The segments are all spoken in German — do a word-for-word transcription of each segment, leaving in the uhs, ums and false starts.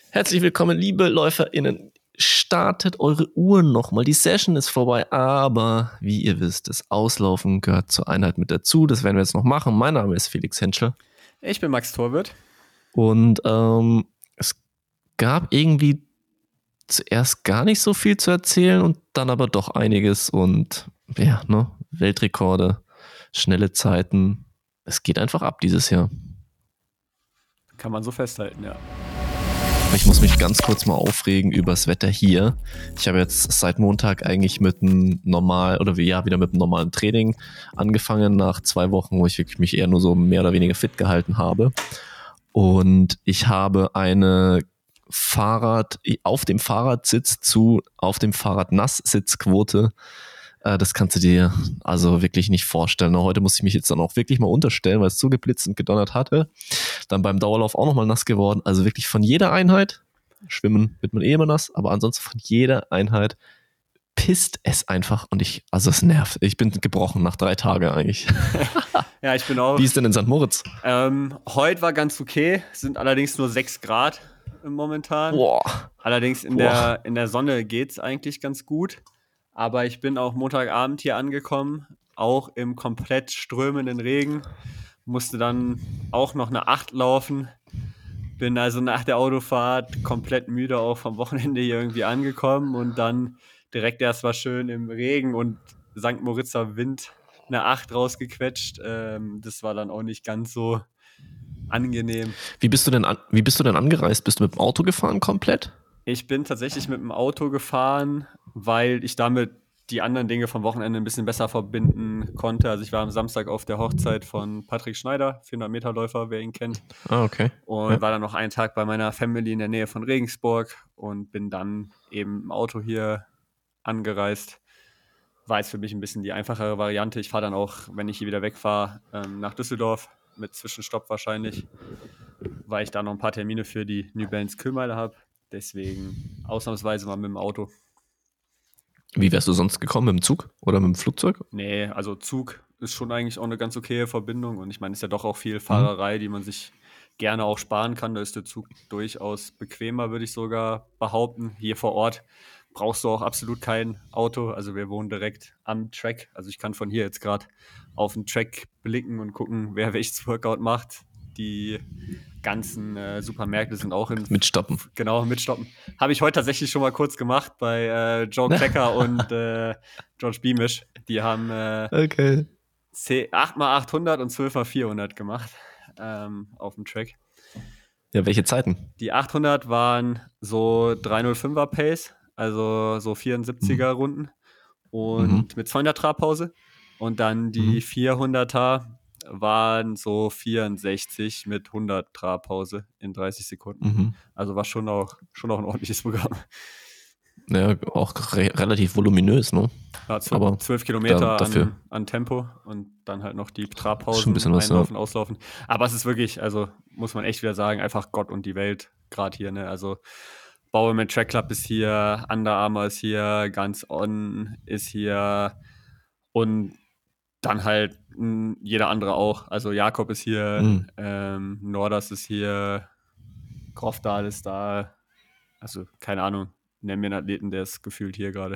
Herzlich willkommen, liebe LäuferInnen. Startet eure Uhren nochmal. Die Session ist vorbei, aber wie ihr wisst, das Auslaufen gehört zur Einheit mit dazu. Das werden wir jetzt noch machen. Mein Name ist Felix Henschel. Ich bin Max Torwirt. Und ähm, es gab irgendwie zuerst gar nicht so viel zu erzählen und dann aber doch einiges. Und ja, ne, Weltrekorde, schnelle Zeiten. Es geht einfach ab dieses Jahr. Kann man so festhalten, ja. Ich muss mich ganz kurz mal aufregen über das Wetter hier. Ich habe jetzt seit Montag eigentlich mit einem normal oder wie, ja, wieder mit einem normalen Training angefangen nach zwei Wochen, wo ich wirklich mich eher nur so mehr oder weniger fit gehalten habe. Und ich habe eine Fahrrad, auf dem Fahrradsitz zu auf dem Fahrrad Nass-Sitzquote. Das kannst du dir also wirklich nicht vorstellen. Heute muss ich mich jetzt dann auch wirklich mal unterstellen, weil es so geblitzt und gedonnert hatte. Dann beim Dauerlauf auch nochmal nass geworden. Also wirklich von jeder Einheit, schwimmen wird man eh immer nass, aber ansonsten von jeder Einheit pisst es einfach. Und ich, also es nervt. Ich bin gebrochen nach drei Tagen eigentlich. Ja, ich bin auch. Wie ist denn in Sankt Moritz? Ähm, heute war ganz okay, sind allerdings nur sechs Grad momentan. Boah. Allerdings in, der, in der Sonne geht's eigentlich ganz gut. Aber ich bin auch Montagabend hier angekommen, auch im komplett strömenden Regen. Musste dann auch noch eine acht laufen. Bin also nach der Autofahrt komplett müde auch vom Wochenende hier irgendwie angekommen und dann direkt erst mal schön im Regen und Sankt Moritzer Wind eine acht rausgequetscht. Ähm, das war dann auch nicht ganz so angenehm. Wie bist du denn an, wie bist du denn angereist? Bist du mit dem Auto gefahren komplett? Ich bin tatsächlich mit dem Auto gefahren, weil ich damit die anderen Dinge vom Wochenende ein bisschen besser verbinden konnte. Also ich war am Samstag auf der Hochzeit von Patrick Schneider, vierhundert Meter Läufer, wer ihn kennt. Ah, okay. Und Ja. war dann noch einen Tag bei meiner Family in der Nähe von Regensburg und bin dann eben im Auto hier angereist. War jetzt für mich ein bisschen die einfachere Variante. Ich fahre dann auch, wenn ich hier wieder wegfahre, nach Düsseldorf mit Zwischenstopp wahrscheinlich, weil ich da noch ein paar Termine für die New Balance Kühlmeile habe. Deswegen ausnahmsweise mal mit dem Auto. Wie wärst du sonst gekommen? Mit dem Zug oder mit dem Flugzeug? Nee, also Zug ist schon eigentlich auch eine ganz okaye Verbindung. Und ich meine, es ist ja doch auch viel Fahrerei, die man sich gerne auch sparen kann. Da ist der Zug durchaus bequemer, würde ich sogar behaupten. Hier vor Ort brauchst du auch absolut kein Auto. Also wir wohnen direkt am Track. Also ich kann von hier jetzt gerade auf den Track blicken und gucken, wer welches Workout macht. Die ganzen äh, Supermärkte sind auch in... Mitstoppen. Genau, mitstoppen. Habe ich heute tatsächlich schon mal kurz gemacht bei äh, Joe Klecker und äh, George Beamish. Die haben äh, okay. acht mal achthundert und zwölf mal vierhundert gemacht ähm, auf dem Track. Ja, welche Zeiten? Die achthundert waren so drei null fünfer Pace, also so vierundsiebziger mhm. Runden und mhm. mit zweihundert Trabpause. Und dann die mhm. vierhunderter waren so vierundsechzig mit hundert Trabpause in dreißig Sekunden. Mhm. Also war schon auch, schon auch ein ordentliches Programm. Ja, auch re- relativ voluminös, ne? Ja, zwölf, Aber zwölf Kilometer da, an, an Tempo und dann halt noch die Trabpausen, einlaufen, ja. auslaufen. Aber es ist wirklich, also muss man echt wieder sagen, einfach Gott und die Welt gerade hier, ne? Also Bowerman Track Club ist hier, Under Armour ist hier, Guns On ist hier und dann halt mh, jeder andere auch. Also Jakob ist hier, mhm. ähm, Nordas ist hier, Grofdahl ist da. Also keine Ahnung, nenn mir einen Athleten, der ist gefühlt hier gerade.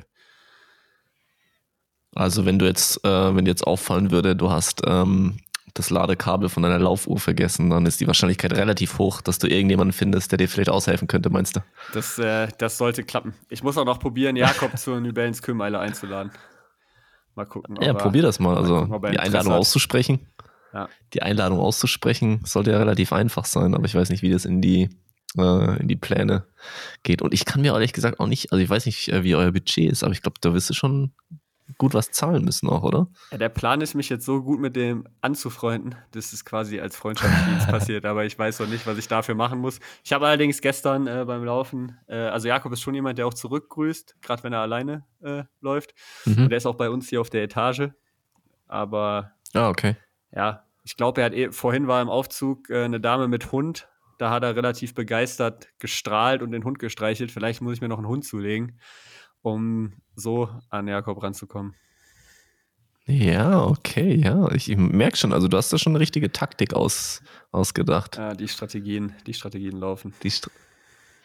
Also wenn du jetzt, äh, wenn dir jetzt auffallen würde, du hast ähm, das Ladekabel von deiner Laufuhr vergessen, dann ist die Wahrscheinlichkeit relativ hoch, dass du irgendjemanden findest, der dir vielleicht aushelfen könnte, meinst du? Das, äh, das sollte klappen. Ich muss auch noch probieren, Jakob zur New Balance Kühlmeile einzuladen. Mal gucken. Ja, probier das mal. mal also gucken, die Einladung hat. auszusprechen. Ja. Die Einladung auszusprechen sollte ja relativ einfach sein, aber ich weiß nicht, wie das in die äh, in die Pläne geht. Und ich kann mir ehrlich gesagt auch nicht, also ich weiß nicht, wie euer Budget ist, aber ich glaube, da wirst du schon gut was zahlen müssen auch, oder? Ja, der Plan ist, mich jetzt so gut mit dem anzufreunden, dass es quasi als Freundschaftsdienst passiert, aber ich weiß noch nicht, was ich dafür machen muss. Ich habe allerdings gestern äh, beim Laufen, äh, also Jakob ist schon jemand, der auch zurückgrüßt, gerade wenn er alleine äh, läuft. Mhm. Und der ist auch bei uns hier auf der Etage. Aber ah, okay. Ja, ich glaube, er hat eh, vorhin war im Aufzug äh, eine Dame mit Hund, da hat er relativ begeistert gestrahlt und den Hund gestreichelt. Vielleicht muss ich mir noch einen Hund zulegen, um so an Jakob ranzukommen. Ja, okay, ja. Ich merke schon, also du hast da schon eine richtige Taktik aus, ausgedacht. Ja, die Strategien, die Strategien laufen. Die St-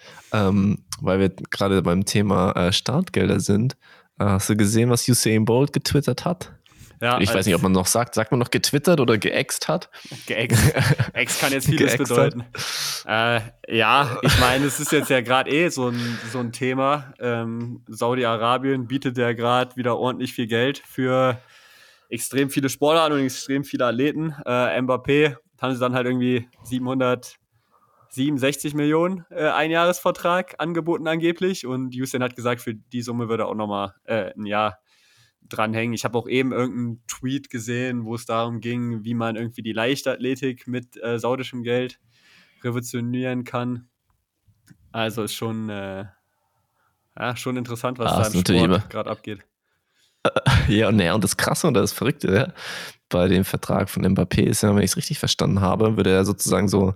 ähm, weil wir gerade beim Thema äh, Startgelder sind. Äh, hast du gesehen, was Usain Bolt getwittert hat? Ja, ich weiß nicht, ob man noch sagt, sagt man noch getwittert oder geäxt hat? Geäxt. Ex kann jetzt vieles bedeuten. Äh, ja, ich meine, es ist jetzt ja gerade eh so ein, so ein Thema. Ähm, Saudi-Arabien bietet ja gerade wieder ordentlich viel Geld für extrem viele Sportler an und extrem viele Athleten. Äh, Mbappé haben sie dann halt irgendwie siebenhundertsiebenundsechzig Millionen äh, Einjahresvertrag angeboten angeblich und Usain hat gesagt, für die Summe würde er auch nochmal äh, ein Jahr dranhängen. Ich habe auch eben irgendeinen Tweet gesehen, wo es darum ging, wie man irgendwie die Leichtathletik mit äh, saudischem Geld revolutionieren kann. Also ist schon, äh, ja, schon interessant, was ah, da im Sport gerade abgeht. Ja, und, naja, und das Krasse und das Verrückte ja, bei dem Vertrag von Mbappé ist ja, wenn ich es richtig verstanden habe, würde er sozusagen so,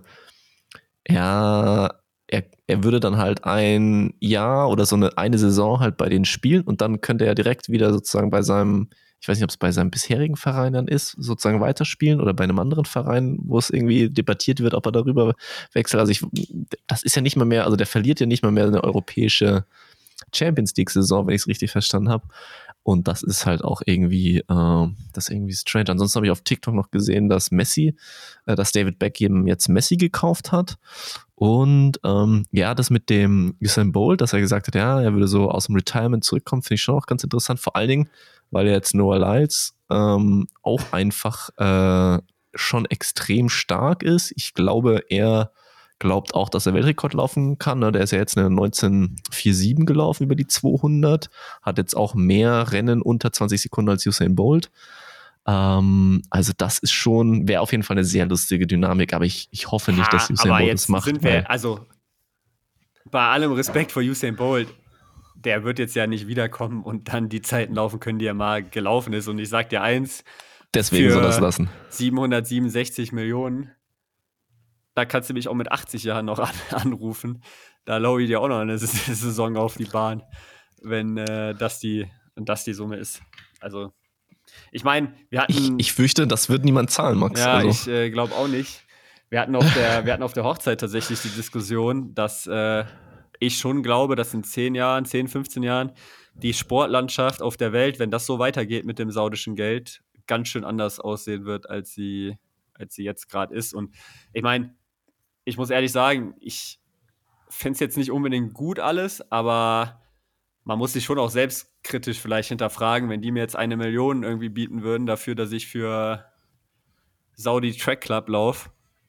ja, er, er würde dann halt ein Jahr oder so eine, eine Saison halt bei denen spielen und dann könnte er direkt wieder sozusagen bei seinem, ich weiß nicht, ob es bei seinem bisherigen Verein dann ist, sozusagen weiterspielen oder bei einem anderen Verein, wo es irgendwie debattiert wird, ob er darüber wechselt. Also ich, das ist ja nicht mal mehr, also der verliert ja nicht mal mehr eine europäische Champions League-Saison, wenn ich es richtig verstanden habe. Und das ist halt auch irgendwie, äh, das ist irgendwie strange. Ansonsten habe ich auf TikTok noch gesehen, dass Messi, äh, dass David Beckham jetzt Messi gekauft hat. Und ähm, ja, das mit dem Usain Bolt, dass er gesagt hat, ja, er würde so aus dem Retirement zurückkommen, finde ich schon auch ganz interessant. Vor allen Dingen, weil jetzt Noah Lyles ähm, auch einfach äh, schon extrem stark ist. Ich glaube, er glaubt auch, dass er Weltrekord laufen kann. Der ist ja jetzt eine neunzehn siebenundvierzig gelaufen über die zweihundert, hat jetzt auch mehr Rennen unter zwanzig Sekunden als Usain Bolt. Ähm, also das ist schon, wäre auf jeden Fall eine sehr lustige Dynamik, aber ich, ich hoffe nicht, dass Usain aber Bolt jetzt das macht. Sind wir, also bei allem Respekt vor Usain Bolt, der wird jetzt ja nicht wiederkommen und dann die Zeiten laufen können, die er mal gelaufen ist. Und ich sag dir eins, deswegen soll das lassen. siebenhundertsiebenundsechzig Millionen, da kannst du mich auch mit achtzig Jahren noch an, anrufen. Da lau ich dir auch noch eine Saison auf die Bahn, wenn äh, das, die, das die Summe ist. Also, ich meine, wir hatten... Ich, ich fürchte, das wird niemand zahlen, Max. Ja, also. ich äh, glaube auch nicht. Wir hatten, auf der, wir hatten auf der Hochzeit tatsächlich die Diskussion, dass äh, ich schon glaube, dass in zehn Jahren, zehn, fünfzehn Jahren die Sportlandschaft auf der Welt, wenn das so weitergeht mit dem saudischen Geld, ganz schön anders aussehen wird, als sie, als sie jetzt gerade ist. Und ich meine, ich muss ehrlich sagen, ich finde es jetzt nicht unbedingt gut alles, aber man muss sich schon auch selbstkritisch vielleicht hinterfragen, wenn die mir jetzt eine Million irgendwie bieten würden dafür, dass ich für Saudi Track Club laufe.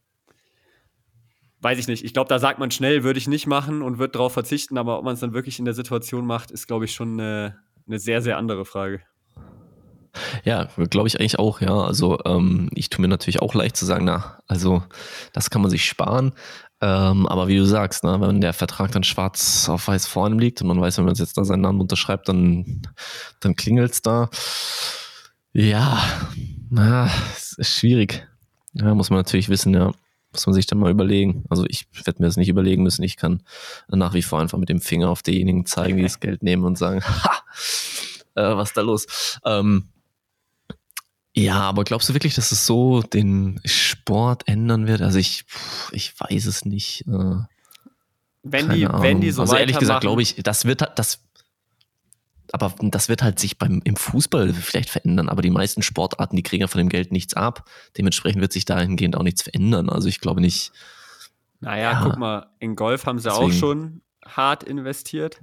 Weiß ich nicht. Ich glaube, da sagt man schnell, würde ich nicht machen und wird darauf verzichten, aber ob man es dann wirklich in der Situation macht, ist, glaube ich, schon eine, eine sehr, sehr andere Frage. Ja, glaube ich eigentlich auch, ja. Also ähm, ich tue mir natürlich auch leicht zu sagen, na, also das kann man sich sparen. Ähm, aber wie du sagst, ne, wenn der Vertrag dann schwarz auf weiß vor einem liegt und man weiß, wenn man jetzt da seinen Namen unterschreibt, dann, dann klingelt's da. Ja, na, es ist schwierig. Ja, muss man natürlich wissen, ja. Muss man sich dann mal überlegen. Also ich werde mir das nicht überlegen müssen. Ich kann nach wie vor einfach mit dem Finger auf diejenigen zeigen, die das Geld nehmen und sagen, ha, äh, was ist da los? Ähm, Ja, aber glaubst du wirklich, dass es so den Sport ändern wird? Also ich, ich weiß es nicht. Äh, wenn die, Ahnung. wenn die so also ehrlich gesagt, glaube ich, das wird das, aber das wird halt sich beim im Fußball vielleicht verändern. Aber die meisten Sportarten, die kriegen ja von dem Geld nichts ab. Dementsprechend wird sich dahingehend auch nichts verändern. Also ich glaube nicht. Naja, ja, guck mal, in Golf haben sie deswegen. auch schon hart investiert.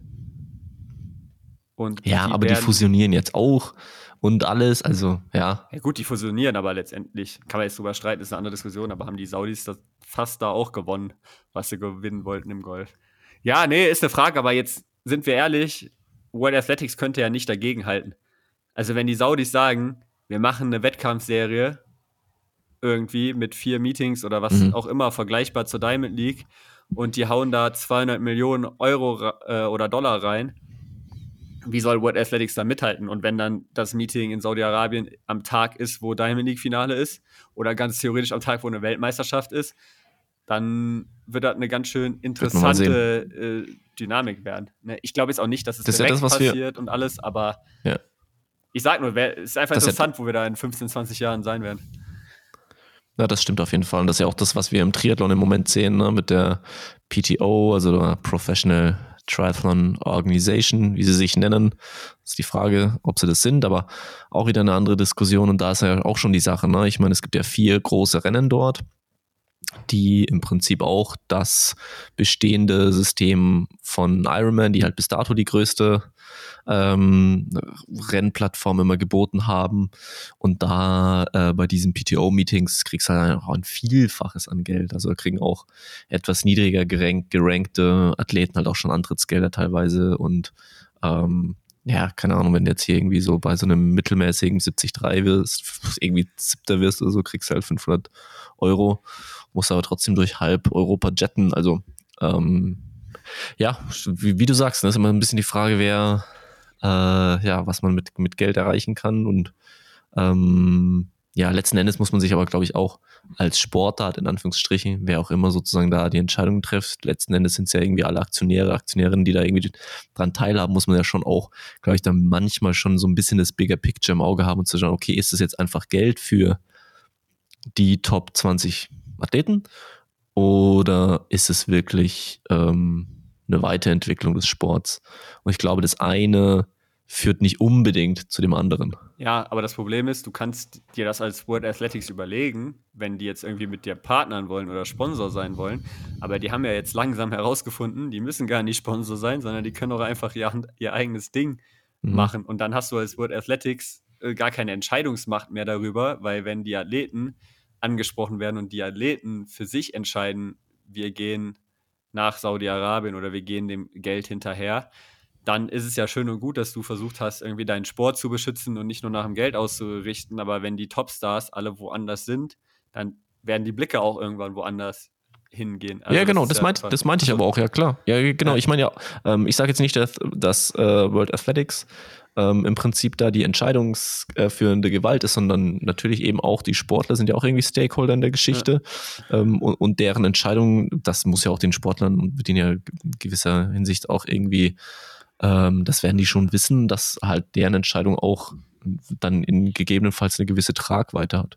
Und ja, die aber die fusionieren jetzt auch. Und alles, also, ja. Ja gut, die fusionieren, aber letztendlich, kann man jetzt drüber streiten, ist eine andere Diskussion, aber haben die Saudis das fast da auch gewonnen, was sie gewinnen wollten im Golf. Ja, nee, ist eine Frage, aber jetzt sind wir ehrlich, World Athletics könnte ja nicht dagegenhalten. Also wenn die Saudis sagen, wir machen eine Wettkampfserie irgendwie mit vier Meetings oder was mhm. auch immer vergleichbar zur Diamond League und die hauen da zweihundert Millionen Euro äh, oder Dollar rein, wie soll World Athletics da mithalten? Und wenn dann das Meeting in Saudi-Arabien am Tag ist, wo Diamond League-Finale ist, oder ganz theoretisch am Tag, wo eine Weltmeisterschaft ist, dann wird das eine ganz schön interessante äh, Dynamik werden. Ne? Ich glaube jetzt auch nicht, dass es das direkt ja das, passiert und alles, aber ja. ich sag nur, es ist einfach das interessant, ja, wo wir da in fünfzehn, zwanzig Jahren sein werden. Ja, das stimmt auf jeden Fall. Und das ist ja auch das, was wir im Triathlon im Moment sehen, ne? Mit der P T O, also der Professional Triathlon Organization, wie sie sich nennen. Das ist die Frage, ob sie das sind, aber auch wieder eine andere Diskussion. Und da ist ja auch schon die Sache, ne? Ich meine, es gibt ja vier große Rennen dort, die im Prinzip auch das bestehende System von Ironman, die halt bis dato die größte ähm, Rennplattform immer geboten haben. Und da äh, bei diesen P T O-Meetings kriegst du halt auch ein Vielfaches an Geld. Also da kriegen auch etwas niedriger gerank, gerankte Athleten halt auch schon Antrittsgelder teilweise. Und ähm, ja, keine Ahnung, wenn du jetzt hier irgendwie so bei so einem mittelmäßigen siebzig Komma drei wirst, irgendwie siebter wirst oder so, kriegst du halt fünfhundert Euro, musst aber trotzdem durch halb Europa jetten. Also ähm, ja, wie, wie du sagst, das ist immer ein bisschen die Frage, wer äh, ja, was man mit, mit Geld erreichen kann. Und ähm, ja, letzten Endes muss man sich aber, glaube ich, auch als Sportart, in Anführungsstrichen, wer auch immer sozusagen da die Entscheidungen trifft, letzten Endes sind es ja irgendwie alle Aktionäre, Aktionärinnen, die da irgendwie dran teilhaben, muss man ja schon auch, glaube ich, dann manchmal schon so ein bisschen das Bigger Picture im Auge haben und zu schauen, okay, ist das jetzt einfach Geld für die Top zwanzig Athleten oder ist es wirklich ähm, eine Weiterentwicklung des Sports? Und ich glaube, das eine führt nicht unbedingt zu dem anderen. Ja, aber das Problem ist, du kannst dir das als World Athletics überlegen, wenn die jetzt irgendwie mit dir partnern wollen oder Sponsor sein wollen. Aber die haben ja jetzt langsam herausgefunden, die müssen gar nicht Sponsor sein, sondern die können auch einfach ihr, ihr eigenes Ding mhm. machen. Und dann hast du als World Athletics äh, gar keine Entscheidungsmacht mehr darüber, weil wenn die Athleten angesprochen werden und die Athleten für sich entscheiden, wir gehen nach Saudi-Arabien oder wir gehen dem Geld hinterher, dann ist es ja schön und gut, dass du versucht hast, irgendwie deinen Sport zu beschützen und nicht nur nach dem Geld auszurichten. Aber wenn die Topstars alle woanders sind, dann werden die Blicke auch irgendwann woanders hingehen. Also ja, genau, das, das, ja meint, das meinte ich aber auch, ja klar. Ja, genau, ja. Ich meine ja, ähm, ich sage jetzt nicht, dass, dass äh, World Athletics ähm, im Prinzip da die entscheidungsführende Gewalt ist, sondern natürlich eben auch die Sportler sind ja auch irgendwie Stakeholder in der Geschichte ja. ähm, und, und deren Entscheidung, das muss ja auch den Sportlern und mit denen ja in gewisser Hinsicht auch irgendwie ähm, das werden die schon wissen, dass halt deren Entscheidung auch dann in gegebenenfalls eine gewisse Tragweite hat.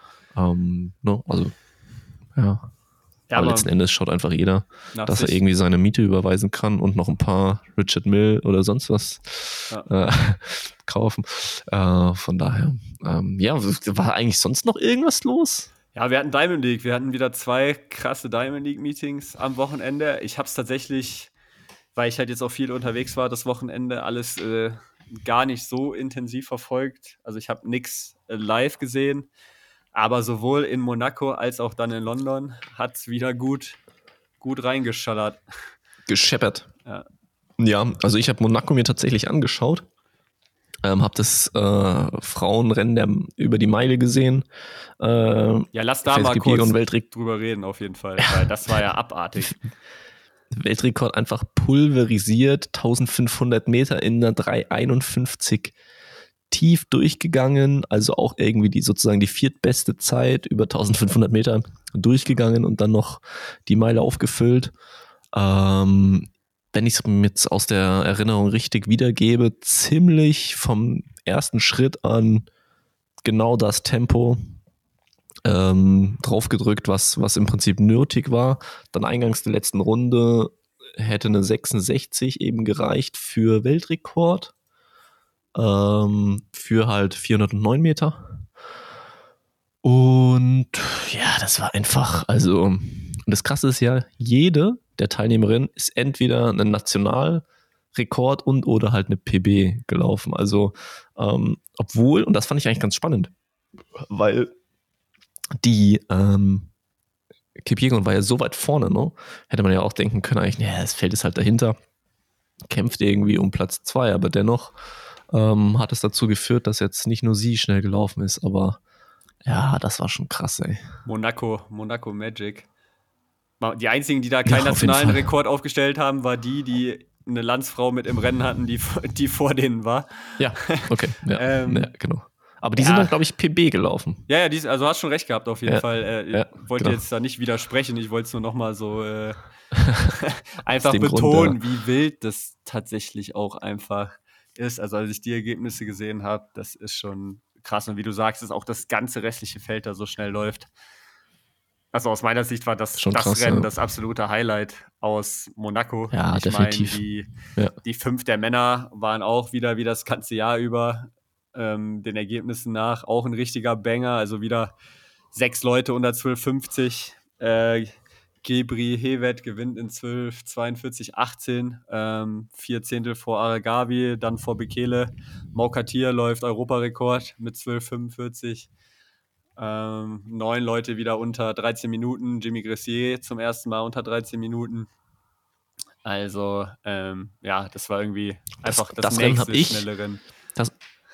Ähm, no, also, ja. ja aber letzten Endes schaut einfach jeder, dass er irgendwie seine Miete überweisen kann und noch ein paar Richard Mill oder sonst was ja. äh, kaufen. Äh, von daher, ähm, ja, war eigentlich sonst noch irgendwas los? Ja, wir hatten Diamond League. Wir hatten wieder zwei krasse Diamond League Meetings am Wochenende. Ich habe es tatsächlich, weil ich halt jetzt auch viel unterwegs war, das Wochenende alles äh, gar nicht so intensiv verfolgt. Also ich habe nichts äh, live gesehen, aber sowohl in Monaco als auch dann in London hat es wieder gut, gut reingeschallert. Gescheppert. Ja, ja, also ich habe Monaco mir tatsächlich angeschaut, ähm, habe das äh, Frauenrennen der, über die Meile gesehen. Äh, ja, lass da mal kurz drüber reden auf jeden Fall, weil das war ja abartig. Weltrekord einfach pulverisiert, eintausendfünfhundert Meter in einer drei einundfünfzig tief durchgegangen, also auch irgendwie die sozusagen die viertbeste Zeit über eintausendfünfhundert Meter durchgegangen und dann noch die Meile aufgefüllt. Ähm, wenn ich es mir jetzt aus der Erinnerung richtig wiedergebe, ziemlich vom ersten Schritt an genau das Tempo Ähm, draufgedrückt, was, was im Prinzip nötig war. Dann eingangs der letzten Runde hätte eine sechsundsechzig eben gereicht für Weltrekord. Ähm, für halt vierhundertneun Meter. Und ja, das war einfach, also, und das Krasse ist ja, jede der Teilnehmerinnen ist entweder ein Nationalrekord und oder halt eine P B gelaufen. Also, ähm, obwohl, und das fand ich eigentlich ganz spannend, weil die ähm, Kipjegon war ja so weit vorne, ne? Hätte man ja auch denken können, eigentlich, naja, das Feld ist halt dahinter, kämpft irgendwie um Platz zwei, aber dennoch ähm, hat es dazu geführt, dass jetzt nicht nur sie schnell gelaufen ist, aber ja, das war schon krass, ey. Monaco, Monaco Magic. Die einzigen, die da keinen ja, nationalen Rekord aufgestellt haben, war die, die eine Landsfrau mit im Rennen hatten, die, die vor denen war. Ja, okay, ja, ähm, ja genau. Aber die ja. sind dann, glaube ich, P B gelaufen. Ja, ja, die, also hast schon recht gehabt auf jeden ja. Fall. Äh, ja, ich wollte genau. jetzt da nicht widersprechen, ich wollte es nur nochmal so äh, einfach betonen, Grund, ja. wie wild das tatsächlich auch einfach ist. Also als ich die Ergebnisse gesehen habe, das ist schon krass. Und wie du sagst, ist auch das ganze restliche Feld da so schnell läuft. Also aus meiner Sicht war das, Schon das krass, Rennen ja. das absolute Highlight aus Monaco. Ja, ich definitiv. Mein, die, ja. die fünf der Männer waren auch wieder wie das ganze Jahr über ähm, den Ergebnissen nach auch ein richtiger Banger. Also wieder sechs Leute unter zwölf fünfzig. Äh, Gebri Hewet gewinnt in zwölf zweiundvierzig achtzehn. Ähm, vier Zehntel vor Aregawi, dann vor Bekele. Maukatir läuft Europarekord mit zwölf fünfundvierzig. Ähm, neun Leute wieder unter dreizehn Minuten. Jimmy Gressier zum ersten Mal unter dreizehn Minuten. Also, ähm, ja, das war irgendwie einfach das, das, das nächste Rennen ich, schnelle Rennen. Das,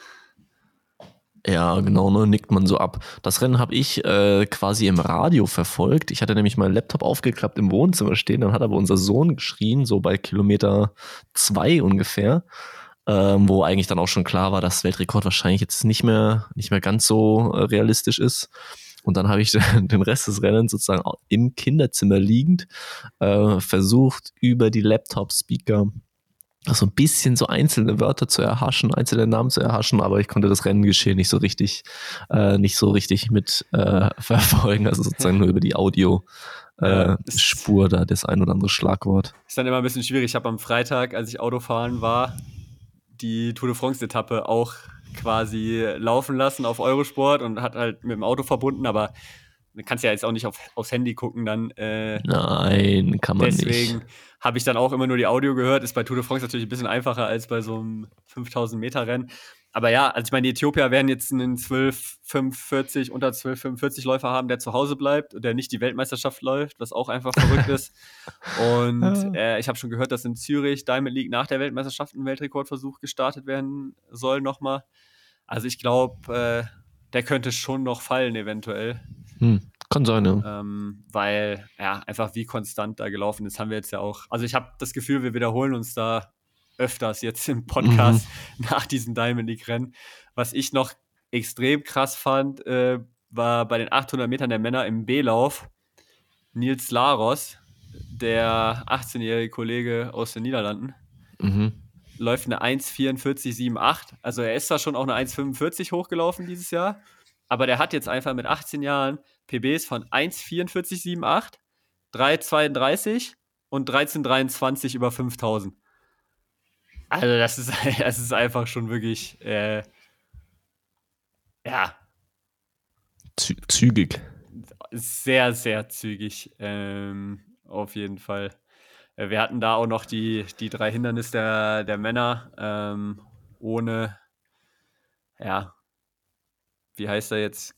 ja, genau, ne, nickt man so ab. Das Rennen habe ich äh, quasi im Radio verfolgt. Ich hatte nämlich meinen Laptop aufgeklappt im Wohnzimmer stehen, dann hat aber unser Sohn geschrien, so bei Kilometer zwei ungefähr, ähm, wo eigentlich dann auch schon klar war, dass Weltrekord wahrscheinlich jetzt nicht mehr, nicht mehr ganz so äh, realistisch ist. Und dann habe ich den Rest des Rennens sozusagen im Kinderzimmer liegend äh, versucht, über die Laptop-Speaker so ein bisschen so einzelne Wörter zu erhaschen, einzelne Namen zu erhaschen, aber ich konnte das Rennengeschehen nicht so richtig, äh, nicht so richtig mit äh, verfolgen, also sozusagen nur über die Audio äh, ja, Spur da, das ein oder andere Schlagwort. Ist dann immer ein bisschen schwierig. Ich habe am Freitag, als ich Autofahren war, die Tour de France-Etappe auch quasi laufen lassen auf Eurosport und hat halt mit dem Auto verbunden, aber du kannst ja jetzt auch nicht auf, aufs Handy gucken dann. Äh, Nein, kann man deswegen nicht. Deswegen habe ich dann auch immer nur die Audio gehört. Ist bei Tour de France natürlich ein bisschen einfacher als bei so einem fünftausend Meter Rennen. Aber ja, also ich meine, die Äthiopier werden jetzt einen zwölf fünfundvierzig, unter zwölf fünfundvierzig Läufer haben, der zu Hause bleibt und der nicht die Weltmeisterschaft läuft, was auch einfach verrückt ist. Und äh, ich habe schon gehört, dass in Zürich Diamond League nach der Weltmeisterschaft ein Weltrekordversuch gestartet werden soll nochmal. Also ich glaube, äh, der könnte schon noch fallen eventuell. Hm, kann sein, ja. Ähm, weil, ja, einfach wie konstant da gelaufen ist, haben wir jetzt ja auch. Also ich habe das Gefühl, wir wiederholen uns da öfters jetzt im Podcast mhm. nach diesem Diamond League Rennen. Was ich noch extrem krass fand, äh, war bei den achthundert Metern der Männer im B-Lauf Nils Laros, der achtzehnjährige Kollege aus den Niederlanden, mhm. läuft eine eins vierundvierzig siebenundachtzig. Also er ist zwar schon auch eine eins fünfundvierzig hochgelaufen dieses Jahr, aber der hat jetzt einfach mit achtzehn Jahren P Bs von eins vierundvierzig siebenundachtzig, drei zweiunddreißig und dreizehn dreiundzwanzig über fünftausend. Also das ist, das ist einfach schon wirklich, äh, ja. Zü- zügig. Sehr, sehr zügig, ähm, auf jeden Fall. Wir hatten da auch noch die, die drei Hindernisse der, der Männer ähm, ohne, ja, wie heißt er jetzt?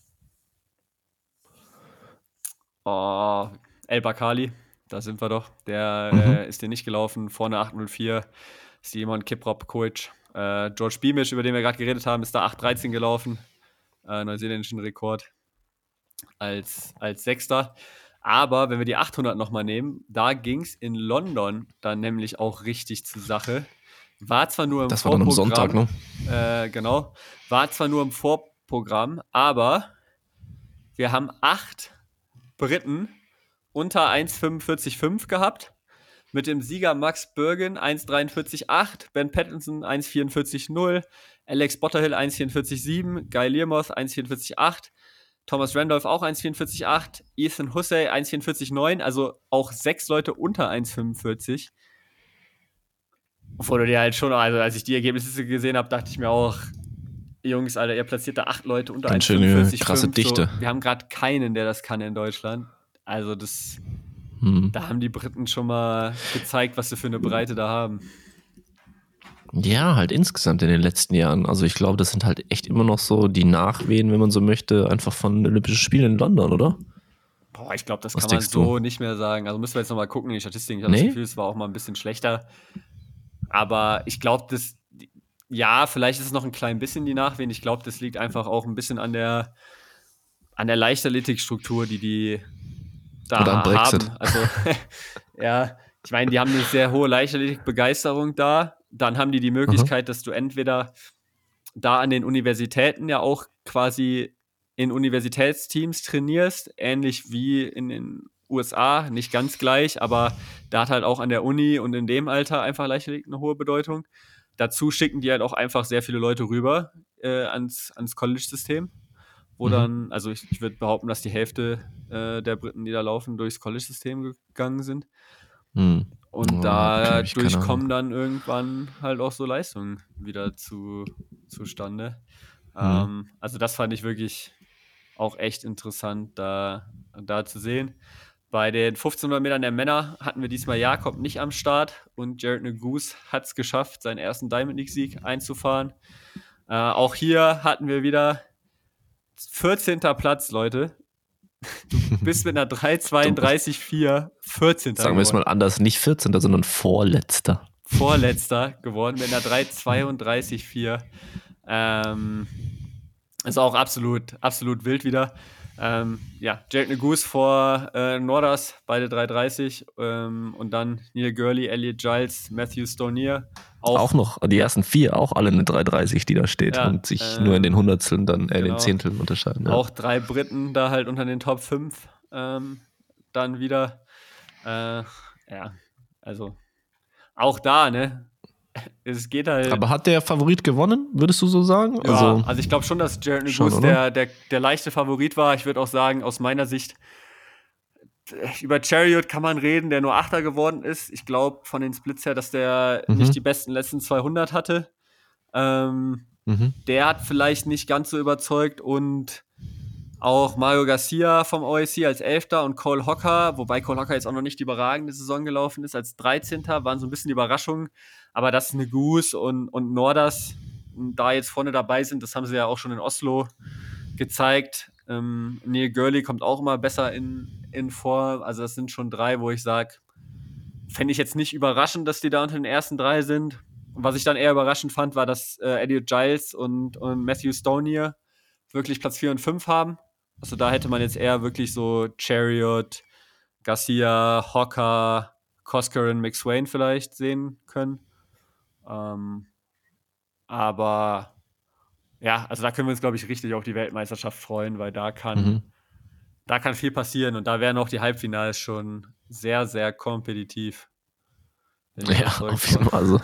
Oh, El Bakali, da sind wir doch. Der mhm. äh, ist den nicht gelaufen. Vorne acht null vier, Simon Kiprop Koic. Äh, George Beamish, über den wir gerade geredet haben, ist da acht dreizehn gelaufen. Äh, neuseeländischen Rekord als, als Sechster. Aber wenn wir die achthundert nochmal nehmen, da ging es in London dann nämlich auch richtig zur Sache. War zwar nur im das Vorprogramm. Das war dann am Sonntag, ne? Äh, genau. War zwar nur im Vorprogramm, aber wir haben acht Briten unter eins fünfundvierzig fünf gehabt. Mit dem Sieger Max Bergen eins dreiundvierzig acht, Ben Pattinson eins vierundvierzig null, Alex Botterhill eins vierundvierzig sieben, Guy Learmouth eins vierundvierzig acht, Thomas Randolph auch eins vierundvierzig acht, Ethan Hussey eins vierundvierzig neun, also auch sechs Leute unter eins fünfundvierzig. Obwohl du dir halt schon, also als ich die Ergebnisse gesehen habe, dachte ich mir auch, Jungs, Alter, ihr platziert da acht Leute unter eins fünfundvierzig krasse fünf, Dichte. So, wir haben gerade keinen, der das kann in Deutschland. Also das, hm. da haben die Briten schon mal gezeigt, was sie für eine Breite da haben. Ja, halt insgesamt in den letzten Jahren. Also ich glaube, das sind halt echt immer noch so die Nachwehen, wenn man so möchte, einfach von Olympischen Spielen in London, oder? Boah, ich glaube, das Was kann man so du? nicht mehr sagen. Also müssen wir jetzt nochmal gucken in die Statistiken. Ich habe nee? das Gefühl, es war auch mal ein bisschen schlechter. Aber ich glaube, das, ja, vielleicht ist es noch ein klein bisschen die Nachwehen. Ich glaube, das liegt einfach auch ein bisschen an der, an der Leichtathletikstruktur, die die da oder am Brexit. haben. Also, ja, ich meine, die haben eine sehr hohe Leichtathletik-Begeisterung da. Dann haben die die Möglichkeit, mhm. dass du entweder da an den Universitäten ja auch quasi in Universitätsteams trainierst, ähnlich wie in den U S A, nicht ganz gleich, aber da hat halt auch an der Uni und in dem Alter einfach Leichtathletik eine hohe Bedeutung. Dazu schicken die halt auch einfach sehr viele Leute rüber äh, ans, ans College-System, wo mhm. dann, also ich, ich würde behaupten, dass die Hälfte äh, der Briten, die da laufen, durchs College-System gegangen sind. Mhm. Und oh, dadurch kommen dann irgendwann halt auch so Leistungen wieder zu, zustande. Mhm. Ähm, also das fand ich wirklich auch echt interessant, da, da zu sehen. Bei den fünfzehnhundert Metern der Männer hatten wir diesmal Jakob nicht am Start und Jared Nuguse hat es geschafft, seinen ersten Diamond League-Sieg einzufahren. Äh, auch hier hatten wir wieder vierzehnter Platz, Leute. Du bist mit einer drei zweiunddreißig vier vierzehnter Sagen wir es mal anders, nicht vierzehnter, sondern Vorletzter. Vorletzter geworden mit einer drei zweiunddreißig vier. Ähm, ist auch absolut, absolut wild wieder. Ähm, ja, Jared Nuguse vor äh, Nordas, beide drei dreißig. Ähm, und dann Neil Gurley, Elliot Giles, Matthew Stonier. Auch, auch noch, die ersten vier, auch alle eine drei dreißig, die da steht ja, und sich ähm, nur in den Hundertsteln, dann äh, genau. den Zehnteln unterscheiden. Ja. Auch drei Briten da halt unter den Top fünf ähm, dann wieder. Äh, ja, also auch da, ne? Es geht halt. Aber hat der Favorit gewonnen, würdest du so sagen? Ja, also, also ich glaube schon, dass Jared Nuguse der, der, der leichte Favorit war. Ich würde auch sagen, aus meiner Sicht, über Chariot kann man reden, der nur Achter geworden ist. Ich glaube von den Splits her, dass der mhm. nicht die besten letzten zweihundert hatte. Ähm, mhm. Der hat vielleicht nicht ganz so überzeugt und auch Mario Garcia vom O A C als Elfter und Cole Hocker, wobei Cole Hocker jetzt auch noch nicht die überragende Saison gelaufen ist, als dreizehnter waren so ein bisschen die Überraschungen. Aber dass Nuguse und, und Nordas da jetzt vorne dabei sind, das haben sie ja auch schon in Oslo gezeigt. Ähm, Neil Gurley kommt auch immer besser in, in vor. Also das sind schon drei, wo ich sage, fände ich jetzt nicht überraschend, dass die da unter den ersten drei sind. Und was ich dann eher überraschend fand, war, dass äh, Elliot Giles und, und Matthew Stonier wirklich Platz vier und fünf haben. Also da hätte man jetzt eher wirklich so Chariot, Garcia, Hocker, Koskeren, McSwain vielleicht sehen können. Ähm, aber ja, also da können wir uns, glaube ich, richtig auf die Weltmeisterschaft freuen, weil da kann, mhm. da kann viel passieren und da wären auch die Halbfinals schon sehr, sehr kompetitiv. Ja, auf jeden Fall. Also,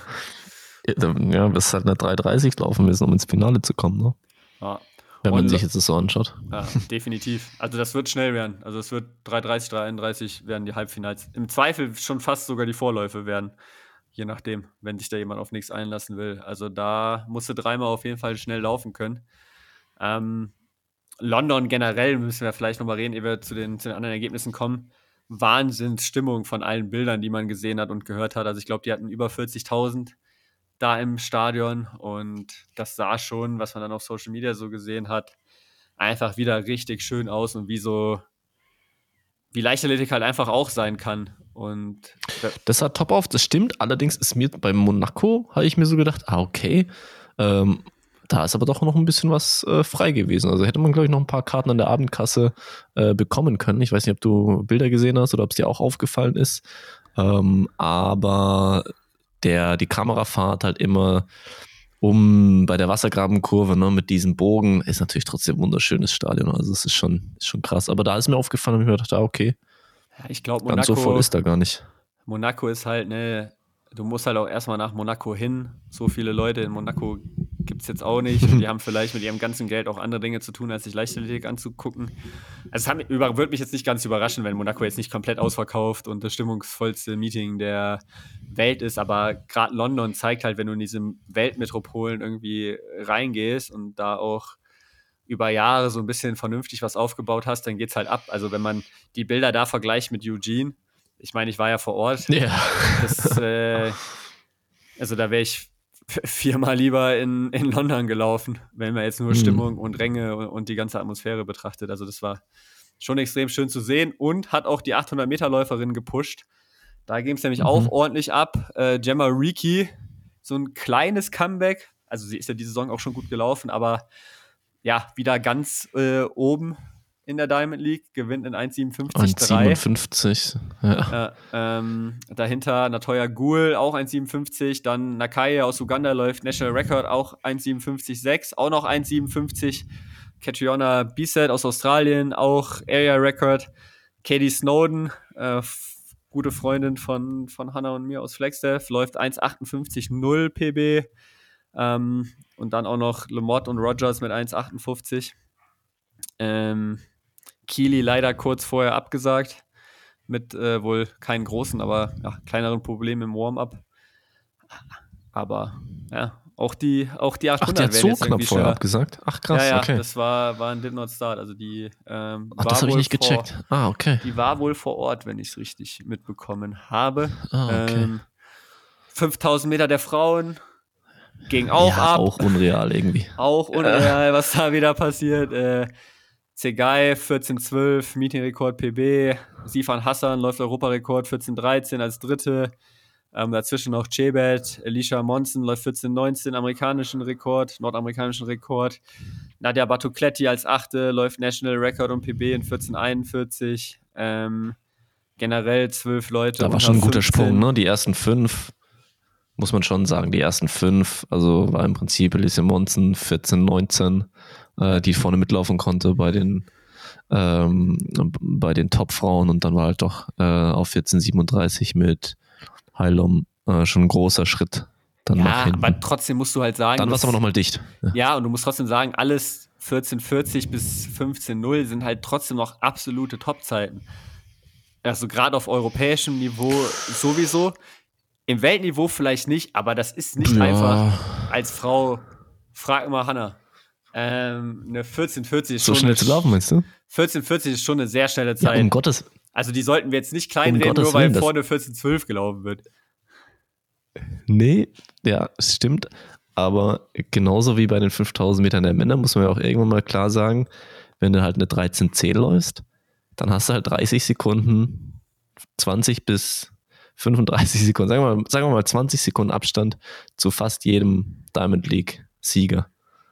ja, bis halt eine drei dreißig laufen müssen, um ins Finale zu kommen, ne? Ja. Wenn man und, sich jetzt das so anschaut. Ja, definitiv. Also das wird schnell werden. Also es wird drei dreißig, drei einunddreißig werden die Halbfinals. Im Zweifel schon fast sogar die Vorläufe werden. Je nachdem, wenn sich da jemand auf nichts einlassen will. Also da musste dreimal auf jeden Fall schnell laufen können. Ähm, London generell, müssen wir vielleicht nochmal reden, ehe wir zu den, zu den anderen Ergebnissen kommen. Wahnsinnsstimmung von allen Bildern, die man gesehen hat und gehört hat. Also ich glaube, die hatten über vierzigtausend da im Stadion und das sah schon, was man dann auf Social Media so gesehen hat, einfach wieder richtig schön aus und wie so, wie Leichtathletik halt einfach auch sein kann. Und das sah top auf, das stimmt. Allerdings ist mir bei Monaco, habe ich mir so gedacht, ah, okay, ähm, da ist aber doch noch ein bisschen was äh, frei gewesen. Also hätte man, glaube ich, noch ein paar Karten an der Abendkasse äh, bekommen können. Ich weiß nicht, ob du Bilder gesehen hast oder ob es dir auch aufgefallen ist. Ähm, aber der, die Kamerafahrt halt immer um bei der Wassergrabenkurve, ne, mit diesem Bogen, ist natürlich trotzdem ein wunderschönes Stadion. Also es ist schon, ist schon krass. Aber da ist mir aufgefallen und ich mir gedacht, ah, okay. Ja, ich glaube, Monaco. Ganz so voll ist da gar nicht. Monaco ist halt, ne, du musst halt auch erstmal nach Monaco hin. So viele Leute in Monaco gibt es jetzt auch nicht. Und die haben vielleicht mit ihrem ganzen Geld auch andere Dinge zu tun, als sich Leichtathletik anzugucken. Also es würde mich jetzt nicht ganz überraschen, wenn Monaco jetzt nicht komplett ausverkauft und das stimmungsvollste Meeting der Welt ist. Aber gerade London zeigt halt, wenn du in diese Weltmetropolen irgendwie reingehst und da auch über Jahre so ein bisschen vernünftig was aufgebaut hast, dann geht's halt ab. Also wenn man die Bilder da vergleicht mit Eugene, ich meine, ich war ja vor Ort. Ja. Das, äh, also da wäre ich viermal lieber in, in London gelaufen, wenn man jetzt nur mhm. Stimmung und Ränge und, und die ganze Atmosphäre betrachtet. Also das war schon extrem schön zu sehen und hat auch die achthundert-Meter-Läuferin gepusht. Da ging es nämlich mhm. auch ordentlich ab. Äh, Gemma Reekie, so ein kleines Comeback. Also sie ist ja die Saison auch schon gut gelaufen, aber ja, wieder ganz äh, oben in der Diamond League, gewinnt in eins siebenundfünfzig drei. eins siebenundfünfzig, ja. Äh, ähm, dahinter Natoya Ghul, auch eins siebenundfünfzig. Dann Nakai aus Uganda läuft National Record, auch eins siebenundfünfzig sechs. Auch noch eins siebenundfünfzig. Catriona Bisset aus Australien, auch Area Record. Katie Snowden, äh, f- gute Freundin von, von Hannah und mir aus Flagstaff, läuft eins achtundfünfzig null P B. Ähm, und dann auch noch Lamotte und Rogers mit eins achtundfünfzig. Ähm, Kili leider kurz vorher abgesagt, mit äh, wohl keinen großen, aber ja, kleineren Problemen im Warm-up. Aber ja, auch die, auch die achthundert Ach, die hat so knapp vorher schneller. abgesagt? Ach krass, ja, ja, okay. das war, war ein Did Not Start. Also die ähm, Ach, war das habe ich nicht vor, gecheckt. Ah, okay. Die war wohl vor Ort, wenn ich es richtig mitbekommen habe. Ah, okay. Ähm, fünftausend Meter der Frauen ging auch ja, ab. auch unreal irgendwie. Auch unreal, was da wieder passiert. Äh, Zegay vierzehn zwölf, Meetingrekord P B. Sifan Hassan läuft Europarekord vierzehn dreizehn als Dritte. Ähm, dazwischen noch Chebet, Alicia Monson läuft vierzehn neunzehn, amerikanischen Rekord, nordamerikanischen Rekord. Nadia Batucletti als Achte läuft National Record und P B in vierzehn einundvierzig. Ähm, generell zwölf Leute. Da war schon ein guter Sprung, ne? Die ersten fünf, muss man schon sagen, die ersten fünf, also war im Prinzip Alicia Monson vierzehn neunzehn, äh, die vorne mitlaufen konnte bei den ähm, bei den Top-Frauen, und dann war halt doch äh, auf vierzehn siebenunddreißig mit Heilom äh, schon ein großer Schritt. Dann ja, nach hinten. Aber trotzdem musst du halt sagen. Dann war es aber nochmal dicht. Ja. ja, und du musst trotzdem sagen, alles vierzehn vierzig bis fünfzehn null sind halt trotzdem noch absolute Top-Zeiten. Also gerade auf europäischem Niveau sowieso. Im Weltniveau vielleicht nicht, aber das ist nicht ja. einfach als Frau, frag mal Hannah, ähm, eine vierzehn vierzig ist so schon schnell zu laufen, meinst du? vierzehn vierzig ist schon eine sehr schnelle Zeit. Ja, um Gottes Also die sollten wir jetzt nicht kleinreden, um nur weil Willen, vorne vierzehn zwölf gelaufen wird. Nee, ja, es stimmt. Aber genauso wie bei den fünftausend Metern der Männer muss man ja auch irgendwann mal klar sagen, wenn du halt eine dreizehn zehn läufst, dann hast du halt dreißig Sekunden, zwanzig bis fünfunddreißig Sekunden, sagen wir mal, sagen wir mal zwanzig Sekunden Abstand zu fast jedem Diamond League-Sieger.